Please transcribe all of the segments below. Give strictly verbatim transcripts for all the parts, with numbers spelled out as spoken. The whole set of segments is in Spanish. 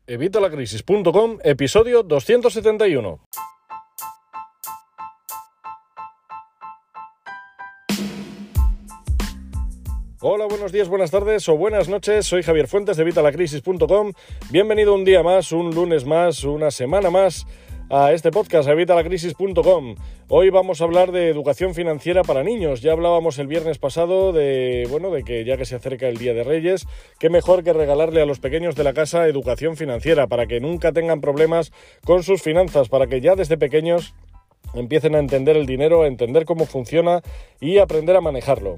evita la crisis punto com, episodio doscientos setenta y uno. Hola, buenos días, buenas tardes o buenas noches, soy Javier Fuentes de evita la crisis punto com. Bienvenido un día más, un lunes más, una semana más a este podcast, a evita la crisis punto com. Hoy vamos a hablar de educación financiera para niños. Ya hablábamos el viernes pasado de, bueno, de que ya que se acerca el Día de Reyes, qué mejor que regalarle a los pequeños de la casa educación financiera para que nunca tengan problemas con sus finanzas, para que ya desde pequeños empiecen a entender el dinero, a entender cómo funciona y aprender a manejarlo.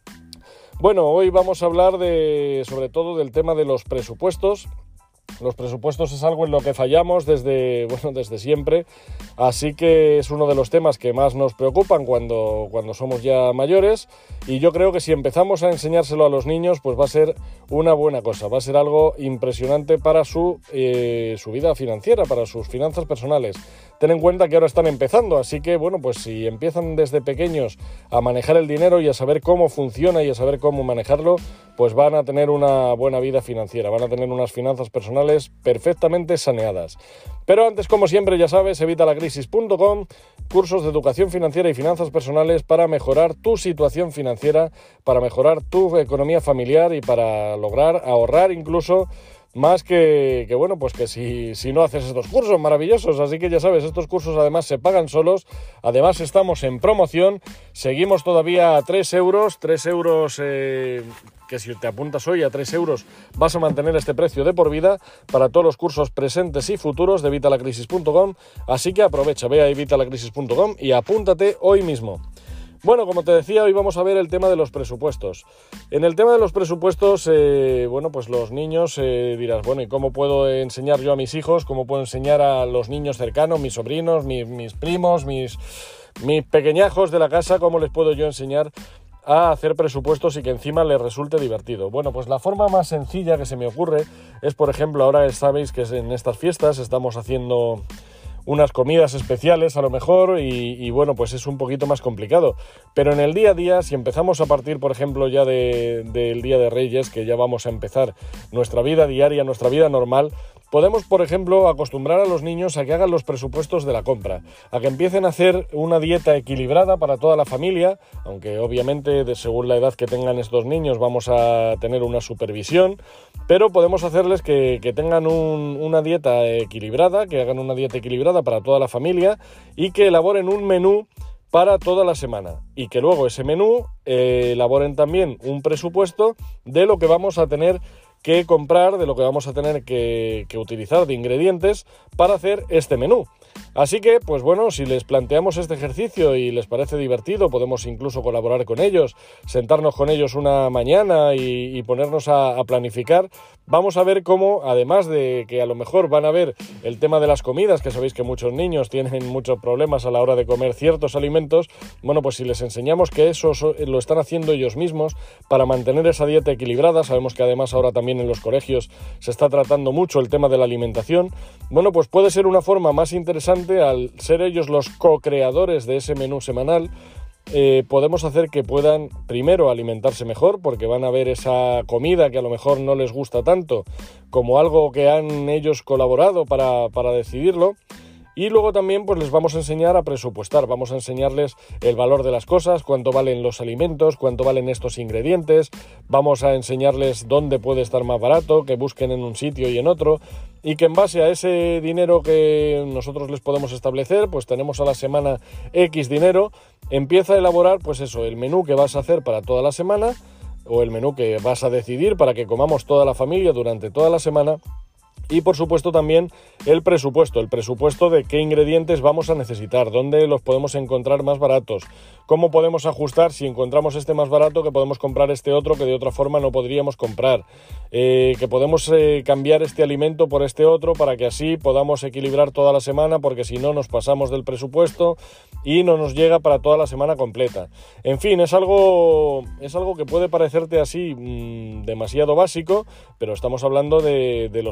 Bueno, hoy vamos a hablar de, sobre todo del tema de los presupuestos. Los presupuestos es algo en lo que fallamos desde, bueno, desde siempre, así que es uno de los temas que más nos preocupan cuando, cuando somos ya mayores, y yo creo que si empezamos a enseñárselo a los niños, pues va a ser una buena cosa, va a ser algo impresionante para su, eh, su vida financiera, para sus finanzas personales. Ten en cuenta que ahora están empezando, así que bueno, pues si empiezan desde pequeños a manejar el dinero y a saber cómo funciona y a saber cómo manejarlo, pues van a tener una buena vida financiera, van a tener unas finanzas personales perfectamente saneadas. Pero antes, como siempre, ya sabes, evita la crisis punto com, cursos de educación financiera y finanzas personales para mejorar tu situación financiera, para mejorar tu economía familiar y para lograr ahorrar incluso más que, que bueno, pues que si, si no haces estos cursos maravillosos. Así que ya sabes, estos cursos además se pagan solos, además estamos en promoción, seguimos todavía a tres euros, tres euros, eh, que si te apuntas hoy a tres euros vas a mantener este precio de por vida para todos los cursos presentes y futuros de evita la crisis punto com, así que aprovecha, ve a evita la crisis punto com y apúntate hoy mismo. Bueno, como te decía, hoy vamos a ver el tema de los presupuestos. En el tema de los presupuestos, eh, bueno, pues los niños eh, dirás, bueno, ¿y cómo puedo enseñar yo a mis hijos? ¿Cómo puedo enseñar a los niños cercanos, mis sobrinos, mis, mis primos, mis, mis pequeñajos de la casa? ¿Cómo les puedo yo enseñar a hacer presupuestos y que encima les resulte divertido? Bueno, pues la forma más sencilla que se me ocurre es, por ejemplo, ahora sabéis que en estas fiestas estamos haciendo unas comidas especiales a lo mejor y, y bueno, pues es un poquito más complicado. Pero en el día a día, si empezamos a partir, por ejemplo, ya de, del Día de Reyes, que ya vamos a empezar nuestra vida diaria, nuestra vida normal, podemos, por ejemplo, acostumbrar a los niños a que hagan los presupuestos de la compra, a que empiecen a hacer una dieta equilibrada para toda la familia, aunque obviamente de, según la edad que tengan estos niños vamos a tener una supervisión, pero podemos hacerles que, que tengan un, una dieta equilibrada, que hagan una dieta equilibrada para toda la familia y que elaboren un menú para toda la semana y que luego ese menú eh, elaboren también un presupuesto de lo que vamos a tener que comprar, de lo que vamos a tener que, que utilizar de ingredientes para hacer este menú. Así que, pues bueno, si les planteamos este ejercicio y les parece divertido, podemos incluso colaborar con ellos, sentarnos con ellos una mañana y, y ponernos a, a planificar. Vamos a ver cómo, además de que a lo mejor van a ver el tema de las comidas, que sabéis que muchos niños tienen muchos problemas a la hora de comer ciertos alimentos, bueno, pues si les enseñamos que eso lo están haciendo ellos mismos para mantener esa dieta equilibrada, sabemos que además ahora también en los colegios se está tratando mucho el tema de la alimentación, bueno, pues puede ser una forma más interesante al ser ellos los co-creadores de ese menú semanal. Eh, podemos hacer que puedan primero alimentarse mejor porque van a ver esa comida que a lo mejor no les gusta tanto como algo que han ellos colaborado para, para decidirlo. Y luego también pues les vamos a enseñar a presupuestar, vamos a enseñarles el valor de las cosas, cuánto valen los alimentos, cuánto valen estos ingredientes, vamos a enseñarles dónde puede estar más barato, que busquen en un sitio y en otro, y que en base a ese dinero que nosotros les podemos establecer, pues tenemos a la semana X dinero, empieza a elaborar pues eso, el menú que vas a hacer para toda la semana, o el menú que vas a decidir para que comamos toda la familia durante toda la semana. Y por supuesto también el presupuesto, el presupuesto de qué ingredientes vamos a necesitar, dónde los podemos encontrar más baratos, cómo podemos ajustar si encontramos este más barato que podemos comprar este otro que de otra forma no podríamos comprar, eh, que podemos eh, cambiar este alimento por este otro para que así podamos equilibrar toda la semana porque si no nos pasamos del presupuesto y no nos llega para toda la semana completa. En fin, es algo, es algo que puede parecerte así mmm, demasiado básico, pero estamos hablando de, de los pequeñajos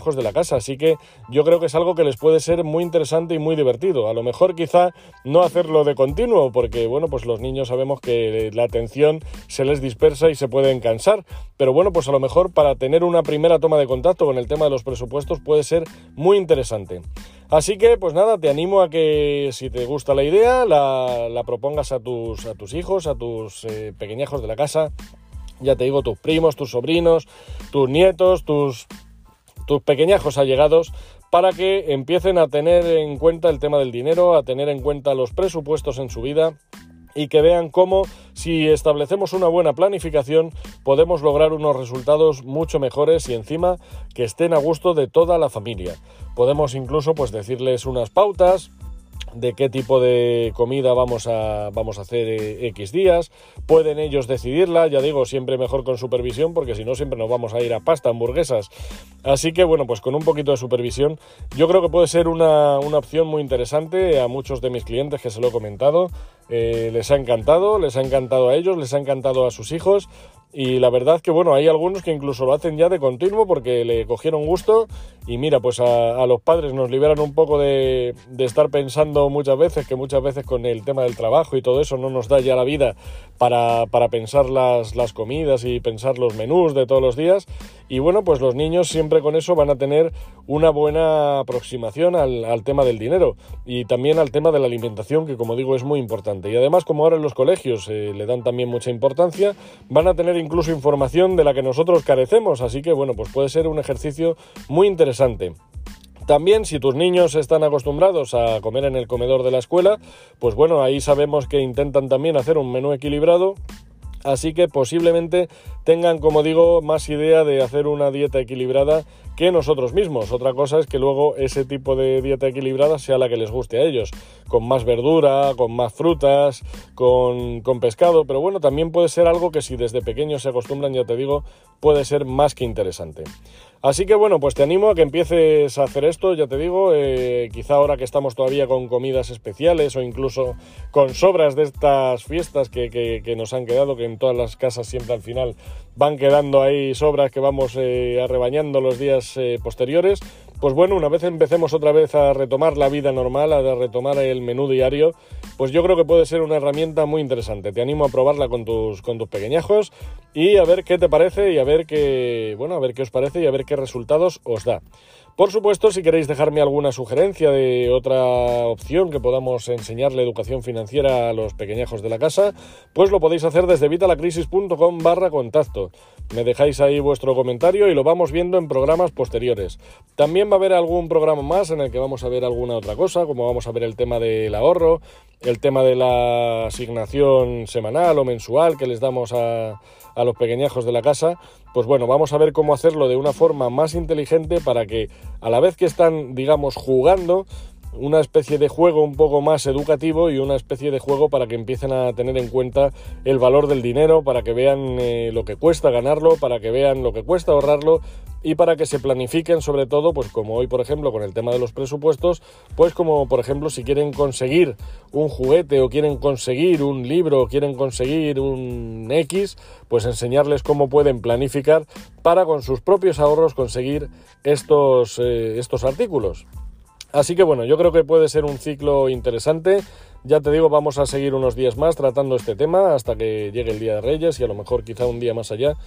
pequeñajos de la casa, así que yo creo que es algo que les puede ser muy interesante y muy divertido. A lo mejor quizá no hacerlo de continuo, porque bueno, pues los niños sabemos que la atención se les dispersa y se pueden cansar, pero bueno, pues a lo mejor para tener una primera toma de contacto con el tema de los presupuestos puede ser muy interesante. Así que, pues nada, te animo a que si te gusta la idea, la, la propongas a tus, a tus hijos, a tus eh, pequeñajos de la casa, ya te digo, tus primos, tus sobrinos, tus nietos, tus, tus pequeñajos allegados, para que empiecen a tener en cuenta el tema del dinero, a tener en cuenta los presupuestos en su vida, y que vean cómo, si establecemos una buena planificación, podemos lograr unos resultados mucho mejores y encima que estén a gusto de toda la familia. Podemos incluso pues decirles unas pautas de qué tipo de comida vamos a, vamos a hacer eh, X días. Pueden ellos decidirla, ya digo, siempre mejor con supervisión, porque si no siempre nos vamos a ir a pasta, hamburguesas. Así que bueno, pues con un poquito de supervisión yo creo que puede ser una, una opción muy interesante. A muchos de mis clientes que se lo he comentado, eh, les ha encantado, les ha encantado a ellos, les ha encantado a sus hijos. Y la verdad que bueno, hay algunos que incluso lo hacen ya de continuo porque le cogieron gusto y mira, pues a, a los padres nos liberan un poco de, de estar pensando muchas veces, que muchas veces con el tema del trabajo y todo eso no nos da ya la vida para, para pensar las, las comidas y pensar los menús de todos los días. Y bueno, pues los niños siempre con eso van a tener una buena aproximación al, al tema del dinero y también al tema de la alimentación, que como digo es muy importante. Y además, como ahora en los colegios eh, le dan también mucha importancia, van a tener incluso información de la que nosotros carecemos, así que bueno, pues puede ser un ejercicio muy interesante. También, si tus niños están acostumbrados a comer en el comedor de la escuela, pues bueno, ahí sabemos que intentan también hacer un menú equilibrado, así que posiblemente tengan, como digo, más idea de hacer una dieta equilibrada que nosotros mismos. Otra cosa es que luego ese tipo de dieta equilibrada sea la que les guste a ellos, con más verdura, con más frutas, con, con pescado, pero bueno, también puede ser algo que si desde pequeños se acostumbran, ya te digo, puede ser más que interesante. Así que bueno, pues te animo a que empieces a hacer esto, ya te digo, eh, quizá ahora que estamos todavía con comidas especiales o incluso con sobras de estas fiestas que, que, que nos han quedado, que en todas las casas siempre al final van quedando ahí sobras que vamos eh, arrebañando los días eh, posteriores, pues bueno, una vez empecemos otra vez a retomar la vida normal, a retomar el menú diario, pues yo creo que puede ser una herramienta muy interesante. Te animo a probarla con tus, con tus pequeñajos y a ver qué te parece y a ver qué, bueno, a ver qué os parece y a ver qué resultados os da. Por supuesto, si queréis dejarme alguna sugerencia de otra opción que podamos enseñarle educación financiera a los pequeñajos de la casa, pues lo podéis hacer desde vitalacrisis.com barra contacto. Me dejáis ahí vuestro comentario y lo vamos viendo en programas posteriores. También va a haber algún programa más en el que vamos a ver alguna otra cosa, como vamos a ver el tema del ahorro, el tema de la asignación semanal o mensual que les damos a, a los pequeñajos de la casa. Pues bueno, vamos a ver cómo hacerlo de una forma más inteligente para que a la vez que están, digamos, jugando, una especie de juego un poco más educativo y una especie de juego para que empiecen a tener en cuenta el valor del dinero, para que vean eh, lo que cuesta ganarlo, para que vean lo que cuesta ahorrarlo y para que se planifiquen, sobre todo, pues como hoy por ejemplo con el tema de los presupuestos, pues como por ejemplo si quieren conseguir un juguete o quieren conseguir un libro o quieren conseguir un X, pues enseñarles cómo pueden planificar para con sus propios ahorros conseguir estos, eh, estos artículos. Así que bueno, yo creo que puede ser un ciclo interesante. Ya te digo, vamos a seguir unos días más tratando este tema hasta que llegue el Día de Reyes y a lo mejor quizá un día más allá.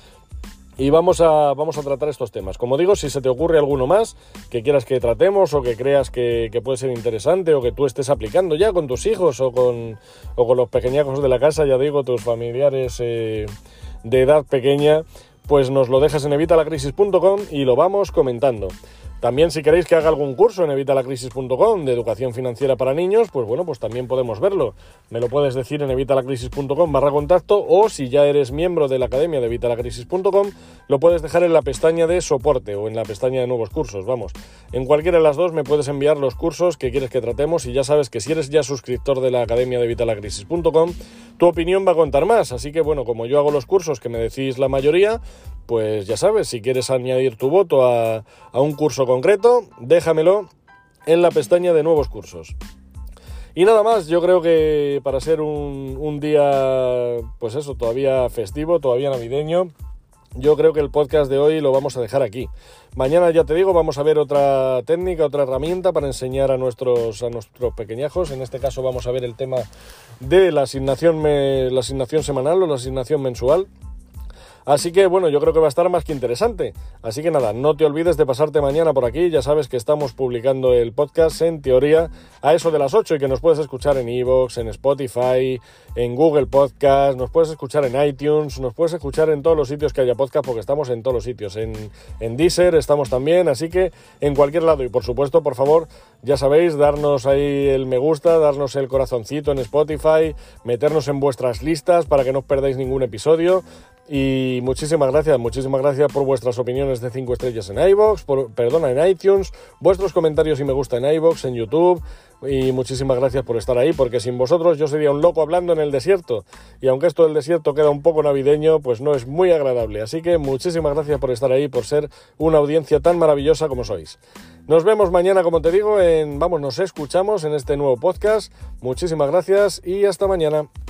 Y vamos a, vamos a tratar estos temas. Como digo, si se te ocurre alguno más que quieras que tratemos o que creas que, que puede ser interesante o que tú estés aplicando ya con tus hijos o con, o con los pequeñajos de la casa, ya digo, tus familiares eh, de edad pequeña, pues nos lo dejas en evitalacrisis punto com y lo vamos comentando. También si queréis que haga algún curso en evitalacrisis punto com de educación financiera para niños, pues bueno, pues también podemos verlo. Me lo puedes decir en evitalacrisis punto com barra contacto o si ya eres miembro de la academia de evitalacrisis punto com, lo puedes dejar en la pestaña de soporte o en la pestaña de nuevos cursos, vamos. En cualquiera de las dos me puedes enviar los cursos que quieres que tratemos y ya sabes que si eres ya suscriptor de la academia de evitalacrisis punto com, tu opinión va a contar más. Así que bueno, como yo hago los cursos que me decís la mayoría, pues ya sabes, si quieres añadir tu voto a, a un curso concreto, déjamelo en la pestaña de nuevos cursos. Y nada más, yo creo que para ser un, un día, pues eso, todavía festivo, todavía navideño, yo creo que el podcast de hoy lo vamos a dejar aquí. Mañana, ya te digo, vamos a ver otra técnica, otra herramienta para enseñar a nuestros, a nuestros pequeñajos. En este caso vamos a ver el tema de la asignación, me, la asignación semanal o la asignación mensual. Así que bueno, yo creo que va a estar más que interesante. Así que nada, no te olvides de pasarte mañana por aquí. Ya sabes que estamos publicando el podcast en teoría a eso de las ocho y que nos puedes escuchar en iVoox, en Spotify, en Google Podcast, nos puedes escuchar en iTunes, nos puedes escuchar en todos los sitios que haya podcast, porque estamos en todos los sitios. En, en Deezer estamos también, así que en cualquier lado. Y por supuesto, por favor, ya sabéis, darnos ahí el me gusta, darnos el corazoncito en Spotify, meternos en vuestras listas para que no os perdáis ningún episodio. Y muchísimas gracias, muchísimas gracias por vuestras opiniones de cinco estrellas en iVoox, por, perdona, en iTunes, vuestros comentarios y me gusta en iVoox, en YouTube, y muchísimas gracias por estar ahí, porque sin vosotros yo sería un loco hablando en el desierto, y aunque esto del desierto queda un poco navideño, pues no es muy agradable. Así que muchísimas gracias por estar ahí, por ser una audiencia tan maravillosa como sois. Nos vemos mañana, como te digo, en, vamos, nos escuchamos en este nuevo podcast. Muchísimas gracias y hasta mañana.